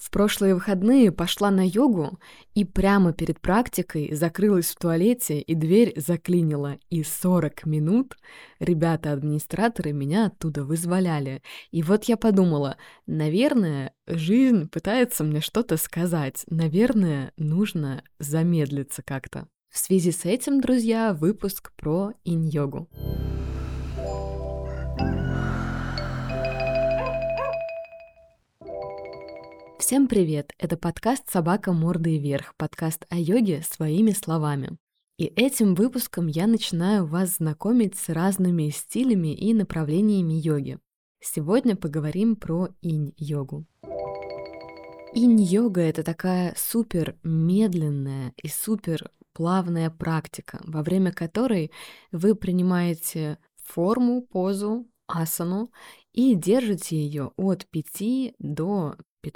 В прошлые выходные пошла на йогу и прямо перед практикой закрылась в туалете и дверь заклинила. И 40 минут ребята-администраторы меня оттуда вызволяли. И вот я подумала, наверное, жизнь пытается мне что-то сказать. Наверное, нужно замедлиться как-то. В связи с этим, друзья, выпуск про инь-йогу. Всем привет! Это подкаст «Собака мордой вверх», подкаст о йоге своими словами. И этим выпуском я начинаю вас знакомить с разными стилями и направлениями йоги. Сегодня поговорим про инь-йогу. Инь-йога — это такая супер медленная и супер плавная практика, во время которой вы принимаете форму, позу, асану и держите ее от 5 до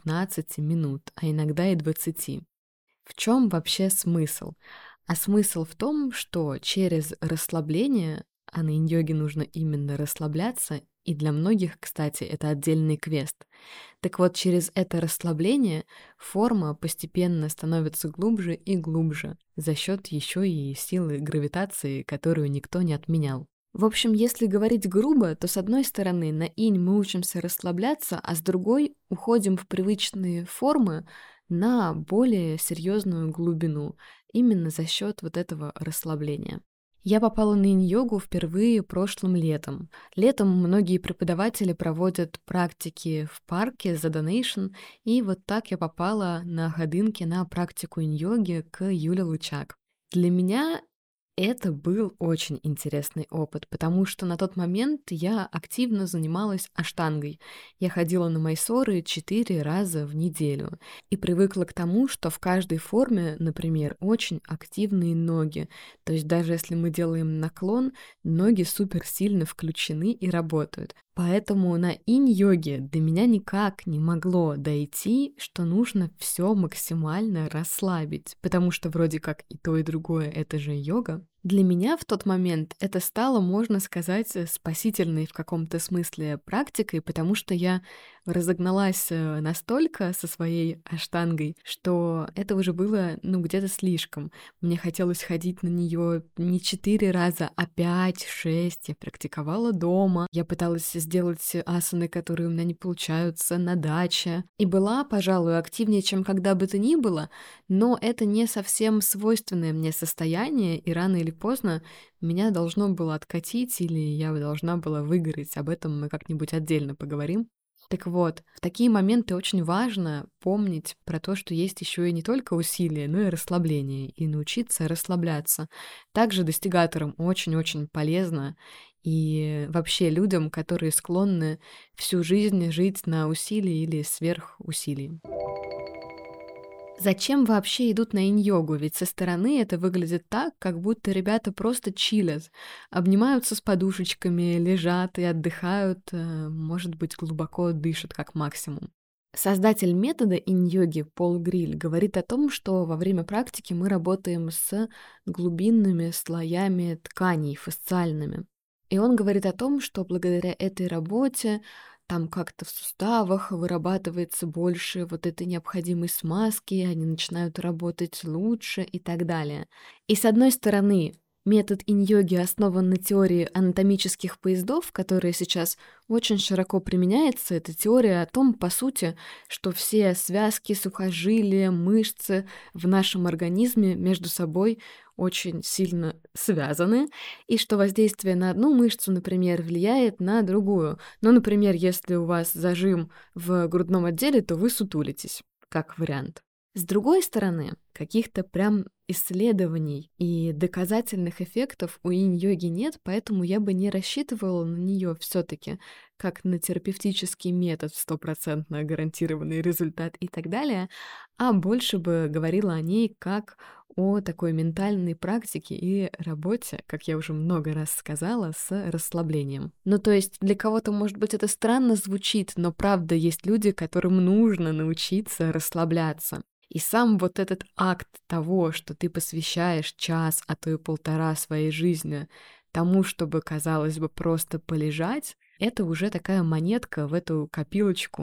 15 минут, а иногда и 20. В чем вообще смысл? А смысл в том, что через расслабление, а на инь-йоге нужно именно расслабляться, и для многих, кстати, это отдельный квест. Так вот, через это расслабление форма постепенно становится глубже и глубже за счет еще и силы гравитации, которую никто не отменял. В общем, если говорить грубо, то с одной стороны на инь мы учимся расслабляться, а с другой уходим в привычные формы на более серьезную глубину, именно за счет вот этого расслабления. Я попала на инь-йогу впервые прошлым летом. Летом многие преподаватели проводят практики в парке за донейшн, и вот так я попала на ходынке на практику инь-йоги к Юле Лучак. Для меня это был очень интересный опыт, потому что на тот момент я активно занималась аштангой. Я ходила на майсоры 4 раза в неделю и привыкла к тому, что в каждой форме, например, очень активные ноги. То есть даже если мы делаем наклон, ноги супер сильно включены и работают. Поэтому на инь-йоге до меня никак не могло дойти, что нужно все максимально расслабить, потому что вроде как и то, и другое — это же йога. Для меня в тот момент это стало, можно сказать, спасительной в каком-то смысле практикой, потому что я разогналась настолько со своей аштангой, что это уже было, где-то слишком. Мне хотелось ходить на нее не 4 раза, а 5-6. Я практиковала дома. Я пыталась сделать асаны, которые у меня не получаются, на даче. И была, пожалуй, активнее, чем когда бы то ни было, но это не совсем свойственное мне состояние, и рано или поздно меня должно было откатить, или я должна была выгореть. Об этом мы как-нибудь отдельно поговорим. Так вот, в такие моменты очень важно помнить про то, что есть еще и не только усилия, но и расслабление, и научиться расслабляться. Также достигаторам очень-очень полезно, и вообще людям, которые склонны всю жизнь жить на усилии или сверхусилии. Зачем вообще идут на инь-йогу? Ведь со стороны это выглядит так, как будто ребята просто чилят, обнимаются с подушечками, лежат и отдыхают, может быть, глубоко дышат как максимум. Создатель метода инь-йоги Пол Гриль говорит о том, что во время практики мы работаем с глубинными слоями тканей, фасциальными. И он говорит о том, что благодаря этой работе там как-то в суставах вырабатывается больше вот этой необходимой смазки, они начинают работать лучше и так далее. И с одной стороны, метод инь-йоги основан на теории анатомических поездов, которая сейчас очень широко применяется. Это теория о том, по сути, что все связки, сухожилия, мышцы в нашем организме между собой очень сильно связаны, и что воздействие на одну мышцу, например, влияет на другую. Ну, например, если у вас зажим в грудном отделе, то вы сутулитесь, как вариант. С другой стороны, каких-то прям исследований и доказательных эффектов у инь-йоги нет, поэтому я бы не рассчитывала на нее все-таки как на терапевтический метод, 100% гарантированный результат и так далее, а больше бы говорила о ней как о такой ментальной практике и работе, как я уже много раз сказала, с расслаблением. Ну, то есть для кого-то, может быть, это странно звучит, но правда есть люди, которым нужно научиться расслабляться. И сам вот этот акт того, что ты посвящаешь час, а то и 1,5 своей жизни тому, чтобы, казалось бы, просто полежать, это уже такая монетка в эту копилочку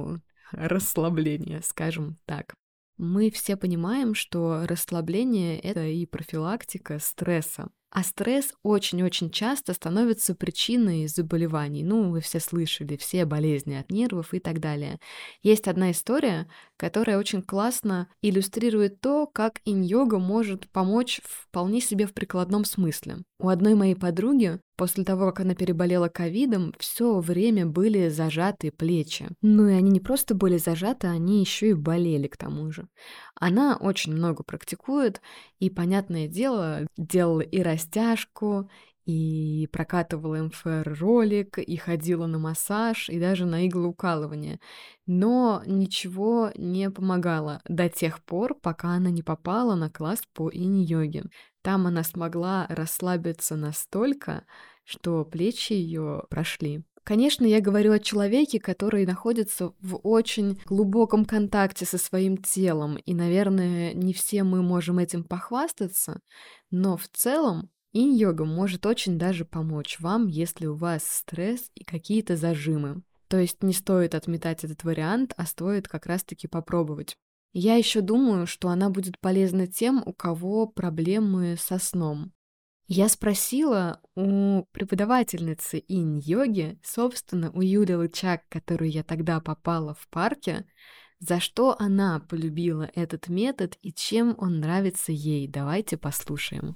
расслабления, скажем так. Мы все понимаем, что расслабление — это и профилактика стресса. А стресс очень-очень часто становится причиной заболеваний. Ну, вы все слышали, все болезни от нервов и так далее. Есть одна история, которая очень классно иллюстрирует то, как инь-йога может помочь вполне себе в прикладном смысле. У одной моей подруги после того, как она переболела ковидом, все время были зажаты плечи. Ну и они не просто были зажаты, они еще и болели к тому же. Она очень много практикует, и, понятное дело, делала и растяжку, и прокатывала МФР-ролик, и ходила на массаж, и даже на иглоукалывание. Но ничего не помогало до тех пор, пока она не попала на класс по инь-йоге. Там она смогла расслабиться настолько, что плечи ее прошли. Конечно, я говорю о человеке, который находится в очень глубоком контакте со своим телом, и, наверное, не все мы можем этим похвастаться, но в целом инь-йога может очень даже помочь вам, если у вас стресс и какие-то зажимы. То есть не стоит отметать этот вариант, а стоит как раз-таки попробовать. Я еще думаю, что она будет полезна тем, у кого проблемы со сном. Я спросила у преподавательницы инь-йоги, собственно, у Юли Лычак, к которой я тогда попала в парке, за что она полюбила этот метод и чем он нравится ей. Давайте послушаем.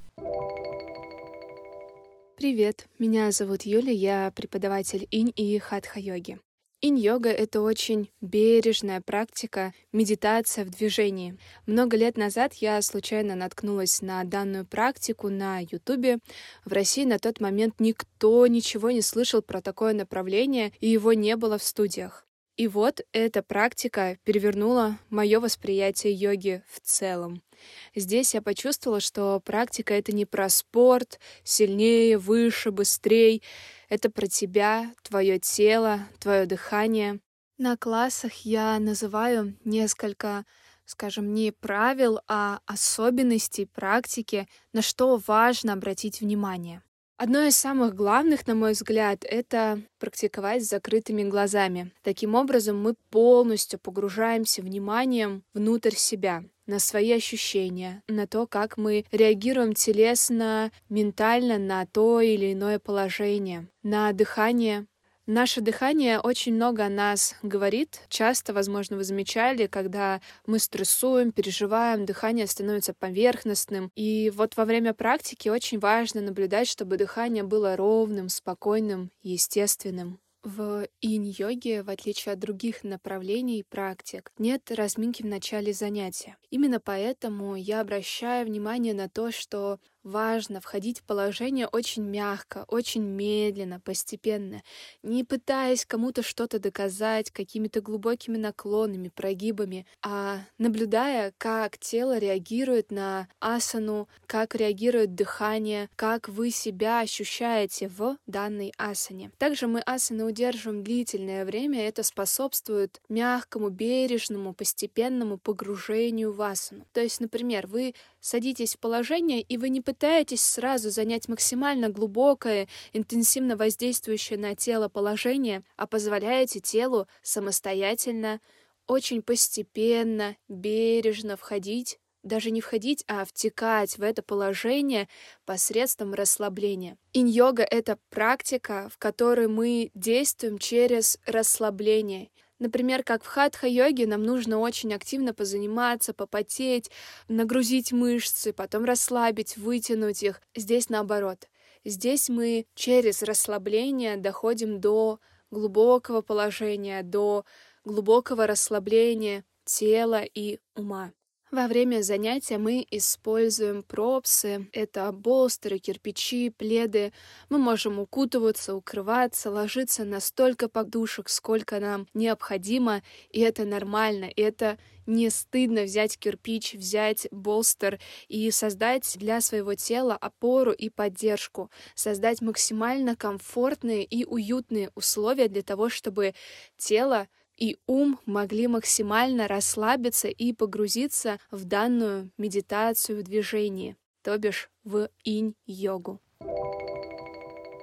Привет, меня зовут Юля, я преподаватель инь и хатха-йоги. Инь-йога — это очень бережная практика, медитация в движении. Много лет назад я случайно наткнулась на данную практику на Ютубе. В России на тот момент никто ничего не слышал про такое направление, и его не было в студиях. И вот эта практика перевернула мое восприятие йоги в целом. Здесь я почувствовала, что практика — это не про спорт, сильнее, выше, быстрее. Это про тебя, твое тело, твое дыхание. На классах я называю несколько, скажем, не правил, а особенностей практики, на что важно обратить внимание. Одно из самых главных, на мой взгляд, это практиковать с закрытыми глазами. Таким образом, мы полностью погружаемся вниманием внутрь себя, на свои ощущения, на то, как мы реагируем телесно, ментально на то или иное положение, на дыхание. Наше дыхание очень много о нас говорит. Часто, возможно, вы замечали, когда мы стрессуем, переживаем, дыхание становится поверхностным. И вот во время практики очень важно наблюдать, чтобы дыхание было ровным, спокойным, естественным. В инь-йоге, в отличие от других направлений и практик, нет разминки в начале занятия. Именно поэтому я обращаю внимание на то, что важно входить в положение очень мягко, очень медленно, постепенно, не пытаясь кому-то что-то доказать какими-то глубокими наклонами, прогибами, а наблюдая, как тело реагирует на асану, как реагирует дыхание, как вы себя ощущаете в данной асане. Также мы асаны удерживаем длительное время, это способствует мягкому, бережному, постепенному погружению в асану. То есть, например, вы садитесь в положение, и вы не пытаетесь сразу занять максимально глубокое, интенсивно воздействующее на тело положение, а позволяете телу самостоятельно, очень постепенно, бережно входить, даже не входить, а втекать в это положение посредством расслабления. Инь-йога — это практика, в которой мы действуем через расслабление. Например, как в хатха-йоге нам нужно очень активно позаниматься, попотеть, нагрузить мышцы, потом расслабить, вытянуть их. Здесь наоборот. Здесь мы через расслабление доходим до глубокого положения, до глубокого расслабления тела и ума. Во время занятия мы используем пропсы, это болстеры, кирпичи, пледы. Мы можем укутываться, укрываться, ложиться на столько подушек, сколько нам необходимо, и это нормально, и это не стыдно взять кирпич, взять болстер и создать для своего тела опору и поддержку, создать максимально комфортные и уютные условия для того, чтобы тело и ум могли максимально расслабиться и погрузиться в данную медитацию в движении, то бишь в инь-йогу.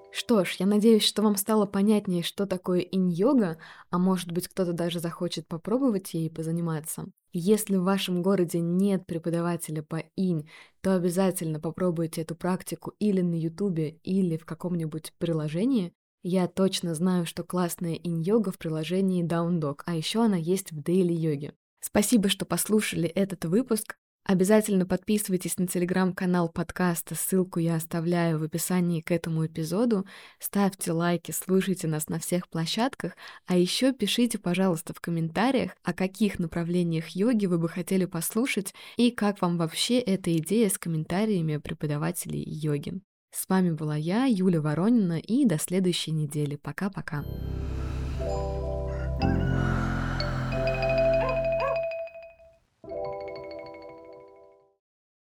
Что ж, я надеюсь, что вам стало понятнее, что такое инь-йога, а может быть, кто-то даже захочет попробовать ей позаниматься. Если в вашем городе нет преподавателя по инь, то обязательно попробуйте эту практику или на ютубе, или в каком-нибудь приложении. Я точно знаю, что классная инь-йога в приложении Down Dog, а еще она есть в Daily Йоге. Спасибо, что послушали этот выпуск. Обязательно подписывайтесь на телеграм-канал подкаста, ссылку я оставляю в описании к этому эпизоду. Ставьте лайки, слушайте нас на всех площадках, а еще пишите, пожалуйста, в комментариях, о каких направлениях йоги вы бы хотели послушать и как вам вообще эта идея с комментариями преподавателей йоги. С вами была я, Юля Воронина, и до следующей недели. Пока-пока.